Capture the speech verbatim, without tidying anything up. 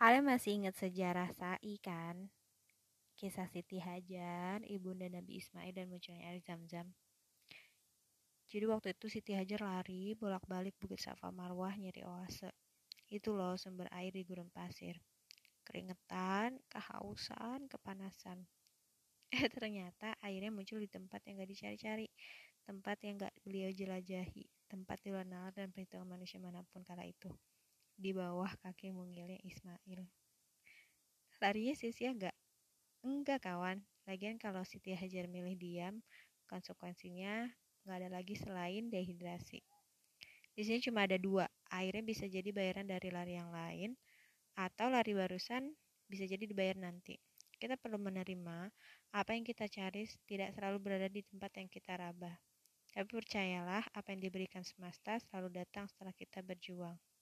Kalian masih ingat sejarah Sa'i kan? Kisah Siti Hajar, ibunda Nabi Ismail dan munculnya air Zam-Zam. Jadi waktu itu Siti Hajar lari bolak-balik Bukit Safa Marwah nyari oase. Itu loh sumber air di gurun pasir. Keringetan, kehausan, kepanasan. Eh ternyata airnya muncul di tempat yang gak dicari-cari. Tempat yang gak beliau jelajahi. Tempat di luar nalar dan perhitungan manusia manapun kala itu. Di bawah kaki mungilnya Ismail. Larinya sia-sia gak? Enggak kawan, lagian kalau Siti Hajar milih diam, konsekuensinya nggak ada lagi selain dehidrasi. Di sini cuma ada dua, airnya bisa jadi bayaran dari lari yang lain, atau lari barusan bisa jadi dibayar nanti. Kita perlu menerima apa yang kita cari tidak selalu berada di tempat yang kita raba. Tapi percayalah, apa yang diberikan semesta selalu datang setelah kita berjuang.